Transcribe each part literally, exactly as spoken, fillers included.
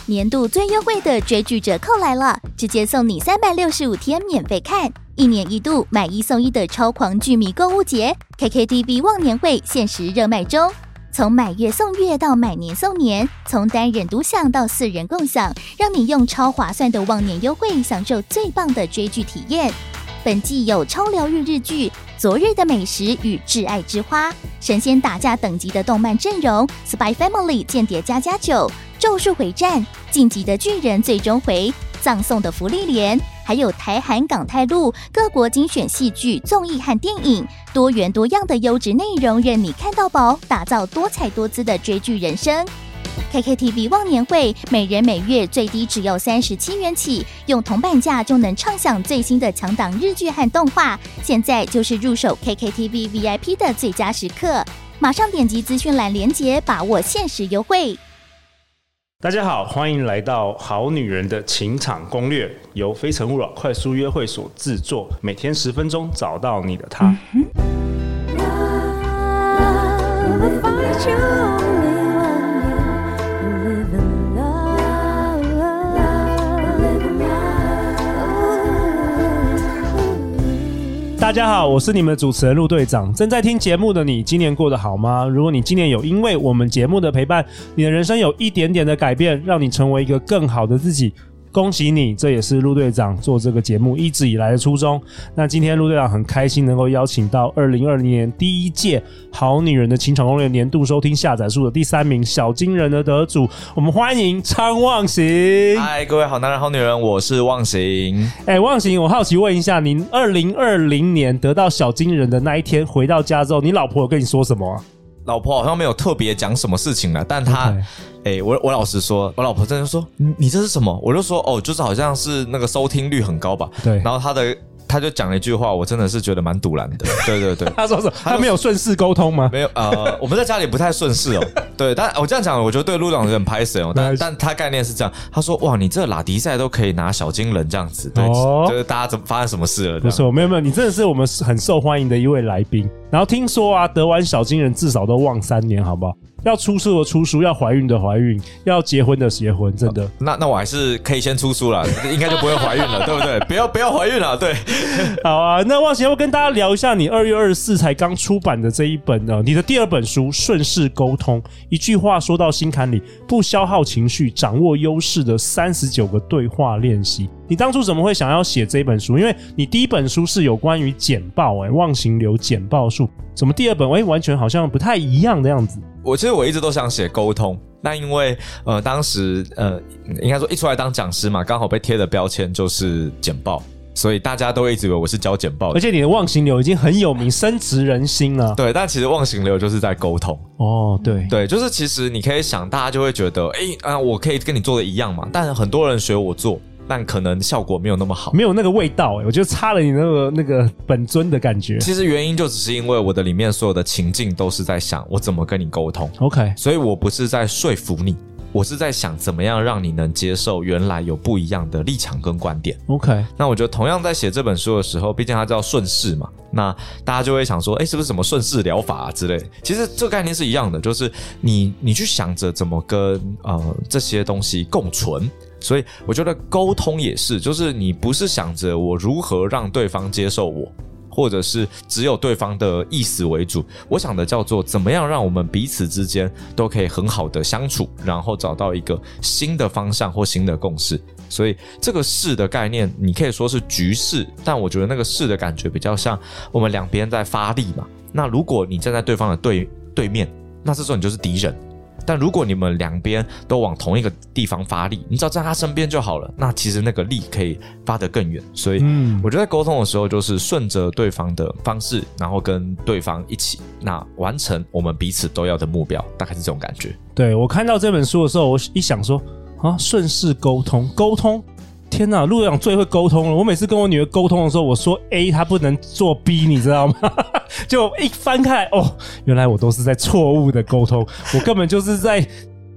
年度最优惠的追剧折扣来了，直接送你三百六十五天免费看，一年一度买一送一的超狂剧迷购物节 ，K K T V 忘年会限时热卖中。从买月送月到买年送年，从单人独享到四人共享，让你用超划算的忘年优惠享受最棒的追剧体验。本季有超疗愈日剧《昨日的美食与挚爱之花》，神仙打架等级的动漫阵容，《Spy Family》间谍加加九，《咒术回战》、《晋级的巨人》最终回、葬送的芙莉莲，还有台韩港泰陆各国精选戏剧、综艺和电影，多元多样的优质内容任你看到饱，打造多彩多姿的追剧人生。K K T V 忘年会，每人每月最低只要三十七元起，用铜板价就能畅享最新的强档日剧和动画。现在就是入手 K K T V V I P 的最佳时刻，马上点击资讯栏连结，把握限时优惠。 大家好，欢迎来到《好女人的情场攻略》，由非诚勿扰快速约会所制作，每天十分钟，找到你的他。嗯大家好，我是你们的主持人陆队长。正在听节目的你，今年过得好吗？如果你今年有因为我们节目的陪伴，你的人生有一点点的改变，让你成为一个更好的自己，恭喜你，这也是陆队长做这个节目一直以来的初衷。那今天陆队长很开心能够邀请到二零二零年第一届好女人的情场攻略年度收听下载数的第三名小金人的得主，我们欢迎昌忘形。 嗨，各位好男人好女人，我是忘形。 哎，忘形，我好奇问一下，你二零二零年得到小金人的那一天回到家之后，你老婆有跟你说什么啊？ 老婆好像没有特别讲什么事情了，但她，哎、okay. 欸，我我老实说，我老婆真的说，你这是什么？我就说，哦，就是好像是那个收听率很高吧。 对， 然后她的。他就讲了一句话，我真的是觉得蛮堵然的。对对对， 他说什么？他没有顺势沟通吗？ 没有，呃，我们在家里不太顺势哦。对，但我这样讲，我觉得对陆长有点拍谁哦。但但他概念是这样，他说：“哇，你这拉迪赛都可以拿小金人这样子，对，哦、就是大家怎么发生什么事了？” 不错，没有没有，你真的是我们很受欢迎的一位来宾。然后听说啊，得完小金人至少都忘三年，好不好？要出书的出书，要怀孕的怀孕，要结婚的结婚，真的。哦、 那那我还是可以先出书了，应该就不会怀孕了，对不对？不要不要怀孕了，对。 好啊，那忘形要不跟大家聊一下你二月二十四才刚出版的这一本呢，你的第二本书《顺势沟通》，一句话说到心坎里，不消耗情绪，掌握优势的三十九个对话练习。你当初怎么会想要写这本书？因为你第一本书是有关于简报，哎，忘形流简报术，怎么第二本哎完全好像不太一样的样子？ 我其实我一直都想写沟通，那因为呃当时呃应该说一出来当讲师嘛，刚好被贴的标签就是简报，所以大家都一直以为我是教简报的。 而且你的忘形流已经很有名，深植人心了。 对，但其实忘形流就是在沟通。 哦，对对，就是其实你可以想，大家就会觉得，哎啊，我可以跟你做的一样嘛，但很多人学我做。但可能效果没有那么好， 没有那个味道、欸、我觉得差了你那个那个本尊的感觉。 其实原因就只是因为我的里面所有的情境都是在想我怎么跟你沟通 ，OK， 所以我不是在说服你，我是在想怎么样让你能接受原来有不一样的立场跟观点 ，OK。 那我觉得同样在写这本书的时候，毕竟它叫顺势嘛，那大家就会想说，哎，是不是什么顺势疗法啊之类的？其实这个概念是一样的，就是你你去想着怎么跟呃这些东西共存。所以我觉得沟通也是，就是你不是想着我如何让对方接受我，或者是只有对方的意思为主，我想的叫做怎么样让我们彼此之间都可以很好的相处，然后找到一个新的方向或新的共识。所以这个势的概念你可以说是局势，但我觉得那个势的感觉比较像我们两边在发力嘛。那如果你站在对方的 对, 对面，那这时候你就是敌人。但如果你们两边都往同一个地方发力，你只要在他身边就好了，那其实那个力可以发得更远。所以我觉得在沟通的时候就是顺着对方的方式，然后跟对方一起那完成我们彼此都要的目标，大概是这种感觉。 对，我看到这本书的时候，我一想说啊，顺势沟通沟通天哪，陆队长最会沟通了。我每次跟我女儿沟通的时候，我说 A 她不能做 B， 你知道吗？就一翻开来，哦，原来我都是在错误的沟通，我根本就是在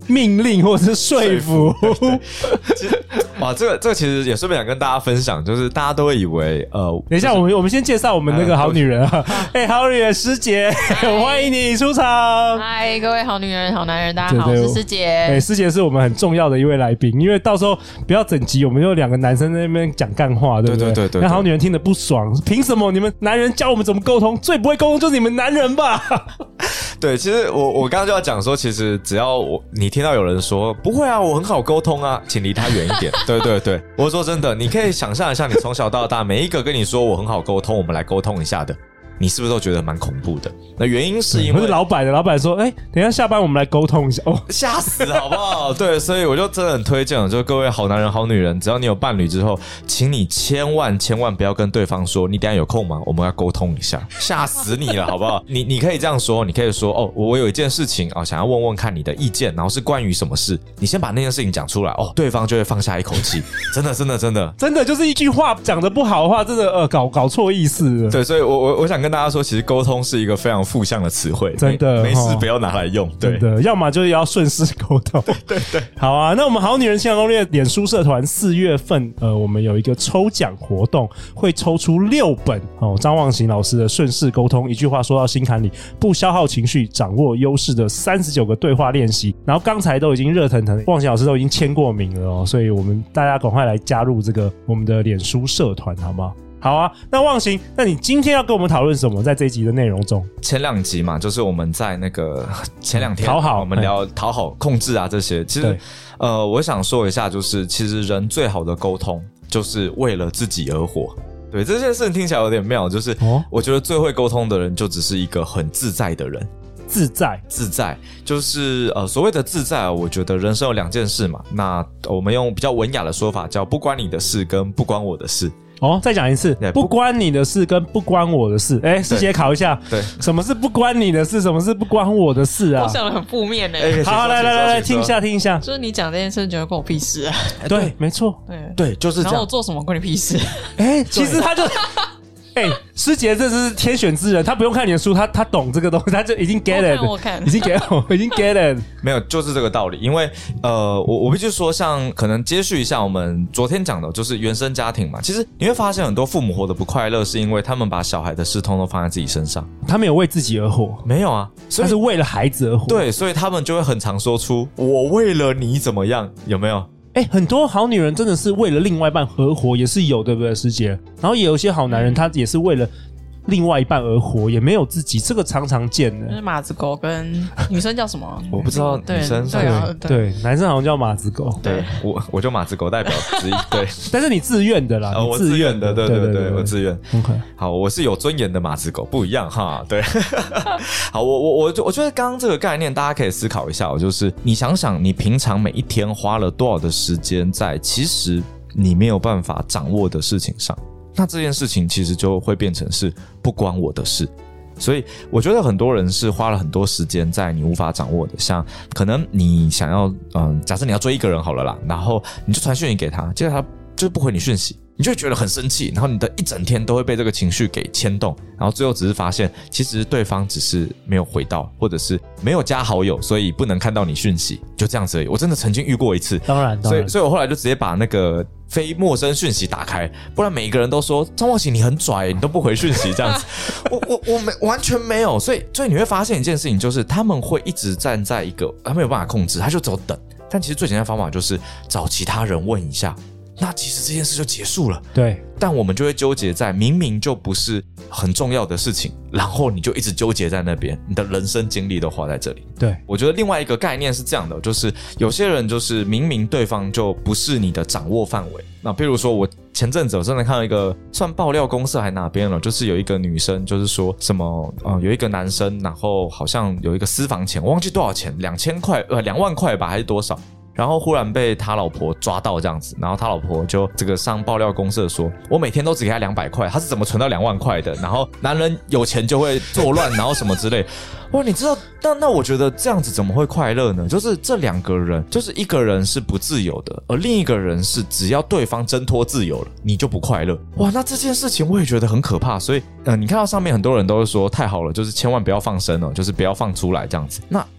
命令或者是说服。 其实哇，这个这个其实也顺便想跟大家分享，就是大家都会以为呃， 等一下，我们我们先介绍我们那个好女人啊，哎、欸，好女人师姐，欢迎你出场。 嗨，各位好女人、好男人，大家好，对对我是师姐。哎、 欸，师姐是我们很重要的一位来宾，因为到时候不要整集我们就两个男生在那边讲干话，对不对？对对对对。那好女人听得不爽，凭什么你们男人教我们怎么沟通？最不会沟通就是你们男人吧？ 对，其实我我刚刚就要讲说，其实只要我你听到有人说不会啊，我很好沟通啊，请离他远一点。对对对，我说真的，你可以想象一下，你从小到大每一个跟你说我很好沟通，我们来沟通一下的，你是不是都觉得蛮恐怖的？那原因是因为老板的老板说，哎、欸，等一下下班我们来沟通一下，哦， 吓死好不好？对，所以我就真的很推荐了，就各位好男人、好女人，只要你有伴侣之后，请你千万千万不要跟对方说，你等一下有空吗？我们要沟通一下，吓死你了，好不好？你你可以这样说，你可以说，哦，我有一件事情啊、哦，想要问问看你的意见，然后是关于什么事？你先把那件事情讲出来，哦，对方就会放下一口气，真的，真的，真的， 真的就是一句话讲得不好的话，真的呃搞搞错意思了。 对，所以我我我想跟大家说，其实沟通是一个非常负向的词汇， 真的没事不要拿来用，对真的，要么就是要顺势沟通， 对对对。 好啊，那我们好女人情感攻略脸书社团四月份，呃，我们有一个抽奖活动，会抽出六本哦，张忘形老师的顺势沟通，一句话说到心坎里，不消耗情绪，掌握优势的三十九个对话练习。然后刚才都已经热腾腾，忘形老师都已经签过名了哦，所以我们大家赶快来加入这个我们的脸书社团，好不好？好啊，那忘形，那你今天要跟我们讨论什么？在这一集的内容中， 前两集嘛，就是我们在那个前两天讨好， 我们聊讨好、控制啊这些。其实，呃，我想说一下，就是其实人最好的沟通，就是为了自己而活。对，这件事情听起来有点妙，就是我觉得最会沟通的人，就只是一个很自在的人。 自在， 自在就是呃所谓的自在啊，我觉得人生有两件事嘛。那我们用比较文雅的说法叫不关你的事跟不关我的事。 哦，再讲一次，不关你的事跟不关我的事。哎，师姐考一下， 对， 什么是不关你的事，什么是不关我的事啊？ 我想的很负面呢、 欸。 好，来来来来，听一下听一下。 就是你讲这件事，觉得关我屁事啊？ 对，没错， 对对，就是这样。 然后我做什么关你屁事？ 哎，其实他就。哎、欸，师姐这是天选之人，他不用看你的书，他他懂这个东西，他就已经 get it， 我看， 已经 get it， 已经 get it。 没有，就是这个道理。因为呃，我我必须说，像可能接续一下我们昨天讲的，就是原生家庭嘛。其实你会发现，很多父母活得不快乐，是因为他们把小孩的事通通放在自己身上， 他没有为自己而活， 没有啊， 他是为了孩子而活。 对，所以他们就会很常说出“我为了你怎么样”，有没有？ 哎、欸，很多好女人真的是为了另外一半而活，也是有，对不对，师姐？然后也有一些好男人，他也是为了另外一半而活，也没有自己，这个常常见的。 就是马子狗跟女生叫什么？ 我不知道，女生对 对,、啊、 对, 对，男生好像叫马子狗。 对，我我就马子狗代表之一。对， 但是你自愿的啦， 呃、 你自愿的，对对 对, 对, 对, 对, 对，我自愿。 OK， 好，我是有尊严的马子狗，不一样哈。对，好，我我我我觉得刚刚这个概念大家可以思考一下，就是你想想，你平常每一天花了多少的时间在其实你没有办法掌握的事情上。那这件事情其实就会变成是不关我的事，所以我觉得很多人是花了很多时间在你无法掌握的，像可能你想要，嗯，假设你要追一个人好了啦，然后你就传讯息给他，结果他就是不回你讯息，你就会觉得很生气，然后你的一整天都会被这个情绪给牵动，然后最后只是发现其实对方只是没有回到，或者是没有加好友，所以不能看到你讯息，就这样子而已。我真的曾经遇过一次， 当然，当然， 所以所以我后来就直接把那个非陌生讯息打开，不然每一个人都说张忘形你很拽，你都不回讯息这样子。我我我没完全没有，所以所以你会发现一件事情，就是他们会一直站在一个他没有办法控制，他就只有等。但其实最简单的方法就是找其他人问一下，那其实这件事就结束了。 对， 但我们就会纠结在明明就不是很重要的事情，然后你就一直纠结在那边，你的人生精力都花在这里。 对， 我觉得另外一个概念是这样的，就是有些人就是明明对方就不是你的掌握范围。那譬如说我前阵子我真的看到一个算爆料公社还哪边了，就是有一个女生就是说什么呃有一个男生，然后好像有一个私房钱，我忘记多少钱，两千块呃两万块吧还是多少。然后忽然被他老婆抓到这样子，然后他老婆就这个上爆料公社说，我每天都只给他两百块，他是怎么存到两万块的？然后男人有钱就会作乱，然后什么之类。哇，你知道，那那我觉得这样子怎么会快乐呢？就是这两个人，就是一个人是不自由的，而另一个人是只要对方挣脱自由了，你就不快乐。哇，那这件事情我也觉得很可怕。所以，呃，你看到上面很多人都是说太好了，就是千万不要放生了，就是不要放出来这样子。那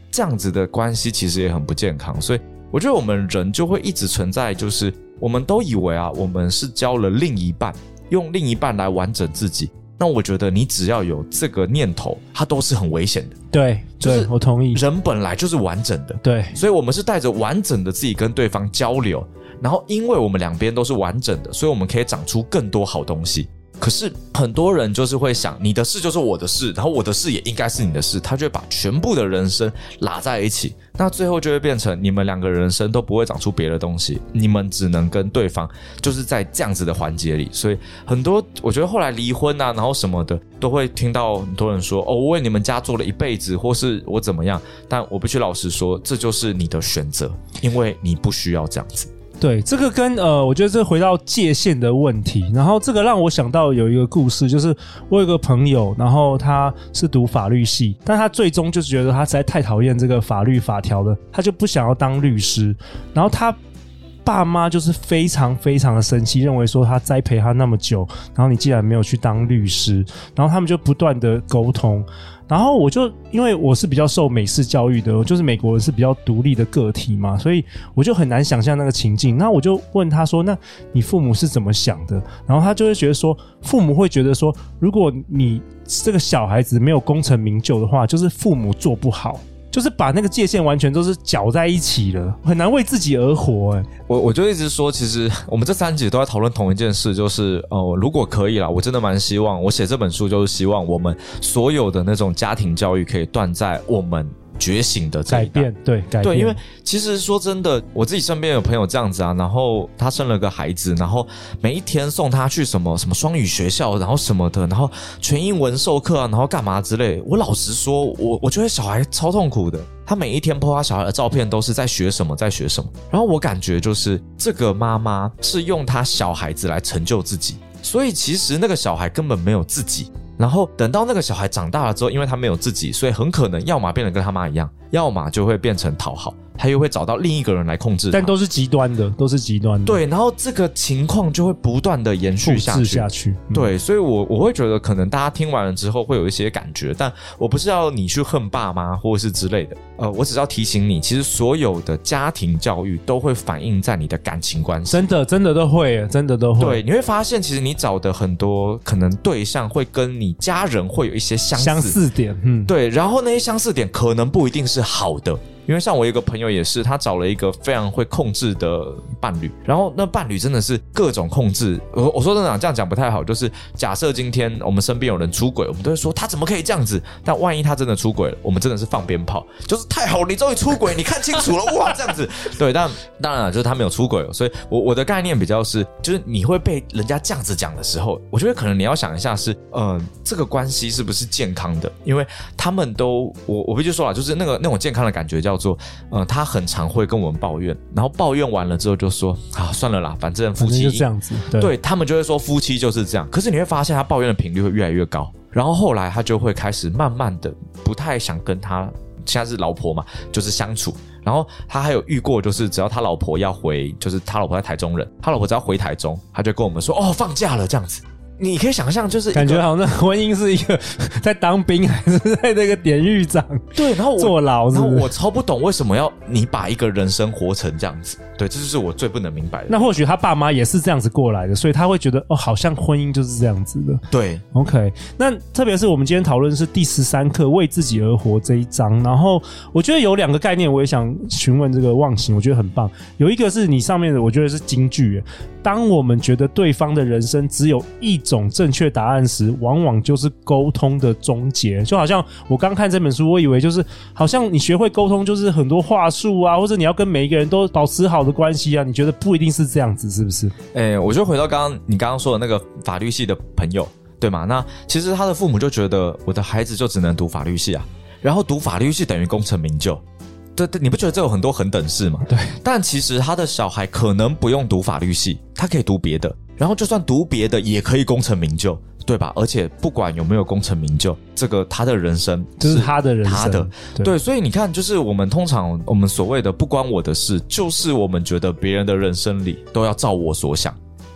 这样子的关系其实也很不健康。所以我觉得我们人就会一直存在，就是我们都以为啊，我们是交了另一半，用另一半来完整自己。那我觉得你只要有这个念头，它都是很危险的。 对，对，我同意。 人本来就是完整的， 对， 所以我们是带着完整的自己跟对方交流，然后因为我们两边都是完整的，所以我们可以长出更多好东西。可是很多人就是会想，你的事就是我的事，然后我的事也应该是你的事，他就会把全部的人生拉在一起，那最后就会变成你们两个人生都不会长出别的东西，你们只能跟对方就是在这样子的环节里。所以很多我觉得后来离婚啊，然后什么的都会听到很多人说，哦，我为你们家做了一辈子，或是我怎么样，但我必须老实说，这就是你的选择，因为你不需要这样子。 对，这个跟呃，我觉得这回到界限的问题，然后这个让我想到有一个故事，就是我有个朋友，然后他是读法律系，但他最终就是觉得他实在太讨厌这个法律法条了，他就不想要当律师，然后他爸妈就是非常非常的生气，认为说他栽培他那么久，然后你既然没有去当律师，然后他们就不断的沟通。然后我就因为我是比较受美式教育的，就是美国人是比较独立的个体嘛，所以我就很难想象那个情境。那我就问他说，那你父母是怎么想的？然后他就会觉得说，父母会觉得说，如果你这个小孩子没有功成名就的话，就是父母做不好，就是把那个界限完全都是搅在一起了，很难为自己而活。欸、 我我就一直说，其实我们这三集都在讨论同一件事，就是呃，如果可以啦，我真的蛮希望，我写这本书就是希望我们所有的那种家庭教育可以断在我们觉醒的这一代， 改变，对，改变， 对，因为其实说真的，我自己身边有朋友这样子啊，然后他生了个孩子，然后每一天送他去什么什么双语学校，然后什么的，然后全英文授课啊，然后干嘛之类。我老实说，我我觉得小孩超痛苦的，他每一天po他小孩的照片都是在学什么，在学什么。然后我感觉就是这个妈妈是用他小孩子来成就自己，所以其实那个小孩根本没有自己。然后等到那个小孩长大了之后，因为他没有自己，所以很可能要么变得跟他妈一样，要么就会变成讨好，他又会找到另一个人来控制他， 但都是极端的，都是极端的。 对，然后这个情况就会不断的延续下去， 下去。 嗯、对，所以我我会觉得可能大家听完了之后会有一些感觉，但我不是要你去恨爸妈或是之类的，呃，我只是要提醒你，其实所有的家庭教育都会反映在你的感情关系， 真的真的都会，真的都会。 对，你会发现其实你找的很多可能对象会跟你家人会有一些相似相似点，嗯， 对，然后那些相似点可能不一定是好的。因为像我有一个朋友也是，他找了一个非常会控制的伴侣，然后那伴侣真的是各种控制。我我说真的这样讲不太好，就是假设今天我们身边有人出轨，我们都会说他怎么可以这样子？但万一他真的出轨了，我们真的是放鞭炮，就是太好了，你终于出轨，你看清楚了，哇，这样子。对，但当然了，就是他没有出轨了，所以我我的概念比较是，就是你会被人家这样子讲的时候，我觉得可能你要想一下是，呃，这个关系是不是健康的？因为他们都，我我必须说了，就是那个那种健康的感觉叫。做呃，他很常会跟我们抱怨，然后抱怨完了之后就说啊，算了啦，反正夫妻就这样子， 对, 对他们就会说夫妻就是这样。可是你会发现他抱怨的频率会越来越高，然后后来他就会开始慢慢的不太想跟他现在是老婆嘛，就是相处。然后他还有遇过，就是只要他老婆要回，就是他老婆在台中人，他老婆只要回台中，他就跟我们说哦，放假了这样子。你可以想象，就是感觉好像婚姻是一个在当兵还是在那个典狱长， 对，然后我坐牢是不是， 然后我超不懂为什么要你把一个人生活成这样子，对，这就是我最不能明白的。 那或许他爸妈也是这样子过来的，所以他会觉得哦，好像婚姻就是这样子的。 对 ，OK。那特别是我们今天讨论是第十三课为自己而活这一章，然后我觉得有两个概念，我也想询问这个忘形，我觉得很棒。有一个是你上面的，我觉得是金句。当我们觉得对方的人生只有一种正确答案时，往往就是沟通的终结。就好像我刚看这本书，我以为就是好像你学会沟通就是很多话术啊，或者你要跟每一个人都保持好的关系啊，你觉得不一定是这样子，是不是？ 欸，我就回到刚刚你刚刚说的那个法律系的朋友，对吗？那其实他的父母就觉得我的孩子就只能读法律系啊，然后读法律系等于功成名就。对对，你不觉得这有很多很等式吗？ 对， 但其实他的小孩可能不用读法律系，他可以读别的，然后就算读别的也可以功成名就，对吧？而且不管有没有功成名就，这个他的人生就是他的人生， 他的 对, 对，所以你看，就是我们通常我们所谓的不关我的事，就是我们觉得别人的人生里都要照我所想。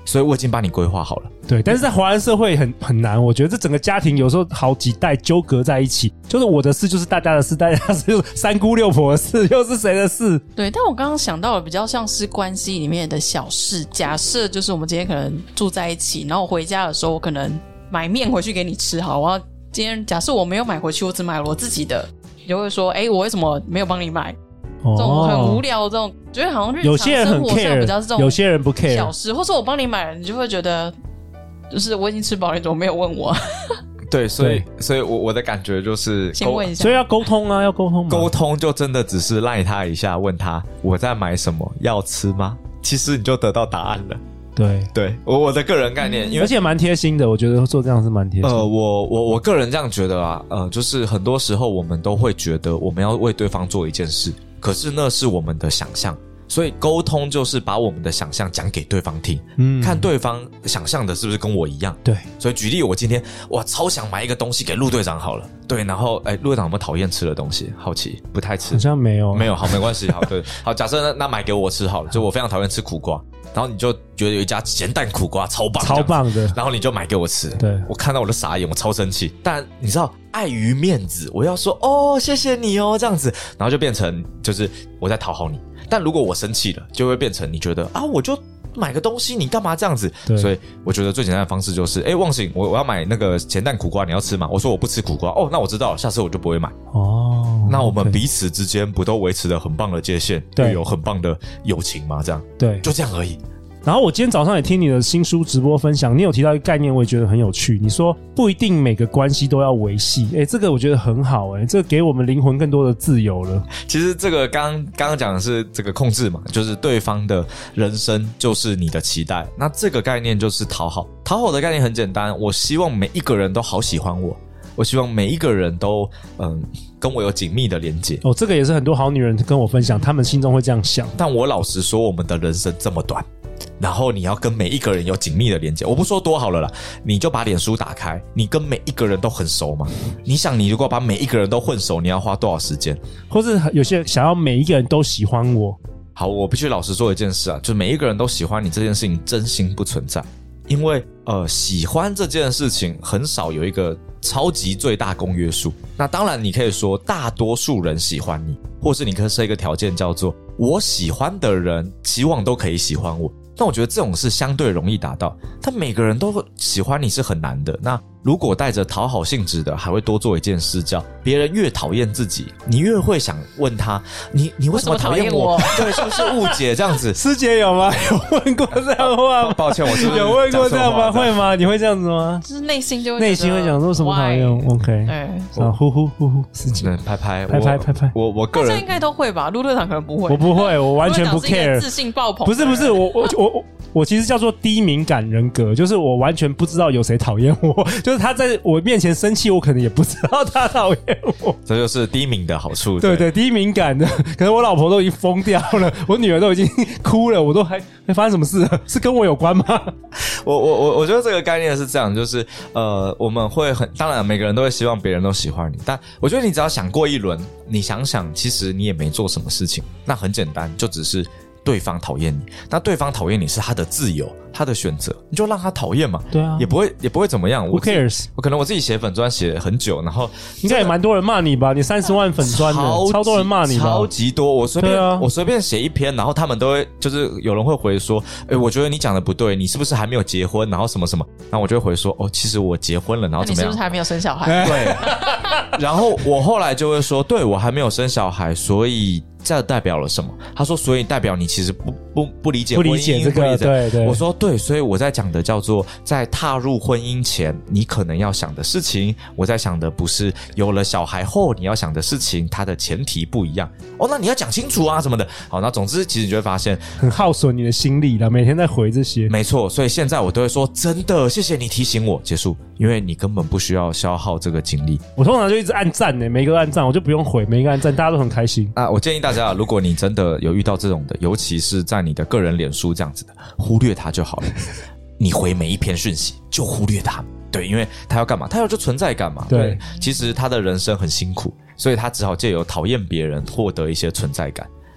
所以我已经帮你规划好了。 对，但是在华人社会很很难，我觉得这整个家庭有时候好几代纠葛在一起，就是我的事就是大家的事，大家的事就是三姑六婆的事，又是谁的事？ 对，但我刚刚想到的比较像是关系里面的小事。假设就是我们今天可能住在一起，然后我回家的时候，我可能买面回去给你吃，好，我要今天假设我没有买回去，我只买了我自己的，你就会说，哎，我为什么没有帮你买？这种很无聊的这种，觉得好像日常生活上比较是这种， 有些人不 care 小事，或是我帮你买了，你就会觉得，就是我已经吃饱了，你怎么没有问我？ 对，所以所以我我的感觉就是先问一下， 所以要沟通啊，要沟通嘛。 沟通就真的只是赖他一下，问他我在买什么，要吃吗？其实你就得到答案了。 对对，我我的个人概念，因为而且蛮贴心的，我觉得做这样是蛮贴心的。 呃，我我我个人这样觉得啊，呃，就是很多时候我们都会觉得我们要为对方做一件事，可是那是我们的想象。所以沟通就是把我们的想象讲给对方听，嗯，看对方想象的是不是跟我一样。 对， 所以举例，我今天哇超想买一个东西给陆队长好了，对，然后哎，陆队长有没有讨厌吃的东西？好奇，不太吃， 好像没有， 没有，好，没关系，好，对，好，假设那那买给我吃好了，就我非常讨厌吃苦瓜，然后你就觉得有一家咸蛋苦瓜超棒， 超棒的， 然后你就买给我吃， 对， 我看到我就傻眼，我超生气，但你知道，碍于面子，我要说哦，谢谢你哦，这样子，然后就变成就是我在讨好你。但如果我生气了，就会变成你觉得啊，我就买个东西，你干嘛这样子？所以我觉得最简单的方式就是，哎，忘形，我我要买那个咸蛋苦瓜，你要吃吗？我说我不吃苦瓜，哦，那我知道了，下次我就不会买。哦，那我们彼此之间不都维持了很棒的界限，对，有很棒的友情吗？这样， 对， 就这样而已。 然后我今天早上也听你的新书直播分享，你有提到一个概念，我也觉得很有趣。你说不一定每个关系都要维系，诶，这个我觉得很好，诶，这个给我们灵魂更多的自由了。 其实这个刚刚刚讲的是这个控制嘛，就是对方的人生就是你的期待。那这个概念就是讨好，讨好的概念很简单，我希望每一个人都好喜欢我。我希望每一个人都嗯跟我有紧密的连接哦，这个也是很多好女人跟我分享，她们心中会这样想。 但我老实说，我们的人生这么短，然后你要跟每一个人有紧密的连接，我不说多好了啦，你就把脸书打开，你跟每一个人都很熟嘛？你想，你如果把每一个人都混熟，你要花多少时间？ 或是有些想要每一个人都喜欢我。 好，我必须老实说一件事啊，就每一个人都喜欢你这件事情真心不存在。因为呃，喜欢这件事情很少有一个超级最大公约数。那当然，你可以说大多数人喜欢你，或是你可以设一个条件叫做我喜欢的人希望都可以喜欢我。但我觉得这种是相对容易达到，但每个人都喜欢你是很难的。那如果带着讨好性质的，还会多做一件事，叫别人越讨厌自己，你越会想问他，你你为什么讨厌我？对，是不是误解这样子？ 师姐有吗？有问过这样的话吗？ 抱歉，我是不是有问过这样吗？会吗？你会这样子吗？ 就是内心就会内心会讲说什么讨厌 ？OK， 对， 啊，呼呼呼呼，师姐拍拍拍拍拍拍， 我我个人应该都会吧，陆队长可能不会， 我不会，我完全不 care， 自信爆棚。 不是不是，我我我我。我其实叫做低敏感人格，就是我完全不知道有谁讨厌我，就是他在我面前生气，我可能也不知道他讨厌我。 这就是低敏的好处。 对 对, 对，低敏感的，可能我老婆都已经疯掉了，我女儿都已经哭了，我都还没发生什么事了，是跟我有关吗？ 我我我我觉得这个概念是这样，就是呃，我们会很当然每个人都会希望别人都喜欢你，但我觉得你只要想过一轮，你想想，其实你也没做什么事情，那很简单，就只是对方讨厌你，那对方讨厌你是他的自由，他的选择，你就让他讨厌嘛，对啊，也不会也不会怎么样。 Who cares？ 我可能我自己写粉专写很久，然后应该也蛮多人骂你吧？你三十万粉专的，超多人骂你吧， 超级多。我随便、 啊、 我随便写一篇，然后他们都会就是有人会回说，哎，我觉得你讲的不对，你是不是还没有结婚？然后什么什么，然后我就会回说，哦，其实我结婚了，然后怎么样？ 你是不是还没有生小孩？ 对。然后我后来就会说，对，我还没有生小孩，所以这代表了什么？他说，所以代表你其实不不不理解婚姻， 不理解这个，对对。 我说对，所以我在讲的叫做，在踏入婚姻前，你可能要想的事情，我在想的不是有了小孩后你要想的事情，它的前提不一样。哦，那你要讲清楚啊什么的。好，那总之其实你就会发现， 很耗损你的心力了，每天在回这些。 没错，所以现在我都会说，真的，谢谢你提醒我，结束，因为你根本不需要消耗这个精力。 我通常就一直按赞呢，每个按赞我就不用回，每一个按赞大家都很开心。 啊，我建议大家，如果你真的有遇到这种的，尤其是在你的个人脸书这样子的，忽略它就好了。你回每一篇讯息就忽略它，对，因为他要干嘛？他要就存在感嘛。 对, 对，其实他的人生很辛苦，所以他只好借由讨厌别人获得一些存在感。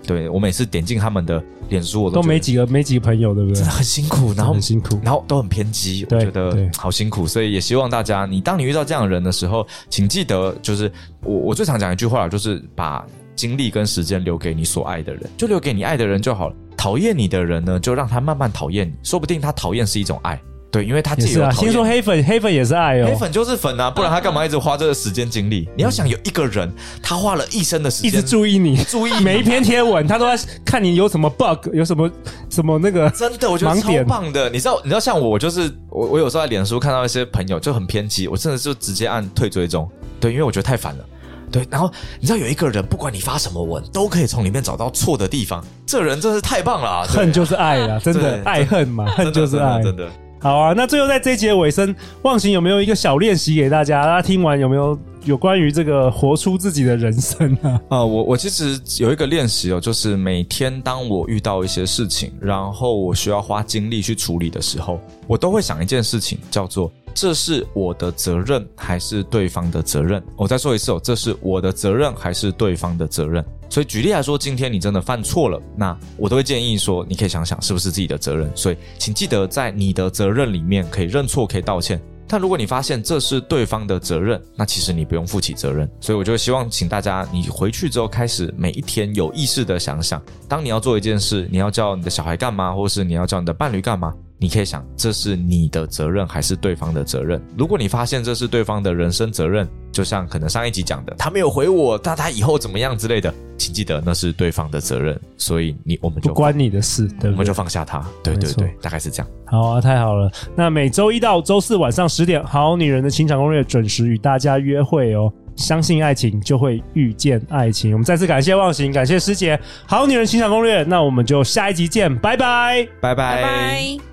对，我每次点进他们的脸书，我都都没几个没几个朋友，对不对？ 真的很辛苦，然后很辛苦， 然后都很偏激，我觉得好辛苦。所以也希望大家，你当你遇到这样的人的时候，请记得，就是我我最常讲一句话，就是把精力跟时间留给你所爱的人，就留给你爱的人就好了。讨厌你的人呢，就让他慢慢讨厌你，说不定他讨厌是一种爱。对，因为他自己有讨厌。 先说黑粉，黑粉也是爱哦。 黑粉就是粉啊，不然他干嘛一直花这个时间精力？你要想有一个人，他花了一生的时间， 一直注意你， 注意你每一篇贴文，他都在看你有什么 bug， 有什么什么那个真的，我觉得超棒的。你知道，你知道，像我，我就是我，我有时候在脸书看到一些朋友就很偏激，我真的就直接按退追踪。对，因为我觉得太烦了。对，然后你知道有一个人，不管你发什么文，都可以从里面找到错的地方。这人真是太棒了、啊！ 恨就是爱啊，真的爱恨嘛，恨就是爱， 真的。真的好啊，那最后在这一集的尾声，忘形有没有一个小练习给大家？大家听完有没有有关于这个活出自己的人生啊？ 呃，我我其实有一个练习哦，就是每天当我遇到一些事情，然后我需要花精力去处理的时候，我都会想一件事情，叫做这是我的责任还是对方的责任？我再说一次哦，这是我的责任还是对方的责任？所以举例来说，今天你真的犯错了，那我都会建议说，你可以想想是不是自己的责任。所以请记得在你的责任里面可以认错，可以道歉。但如果你发现这是对方的责任，那其实你不用负起责任。所以我就希望请大家，你回去之后开始每一天有意识的想想，当你要做一件事，你要叫你的小孩干嘛，或是你要叫你的伴侣干嘛，你可以想这是你的责任还是对方的责任。如果你发现这是对方的人生责任，就像可能上一集讲的，他没有回我，但他以后怎么样之类的，请记得那是对方的责任，所以你我们就不关你的事，对不对？ 我们就放下他。对对对，大概是这样。 好啊，太好了。那每周一到周四晚上十点，好女人的情场攻略准时与大家约会哦。相信爱情，就会遇见爱情。我们再次感谢忘形，感谢师姐。好女人情场攻略，那我们就下一集见，拜拜， 拜拜。 拜拜。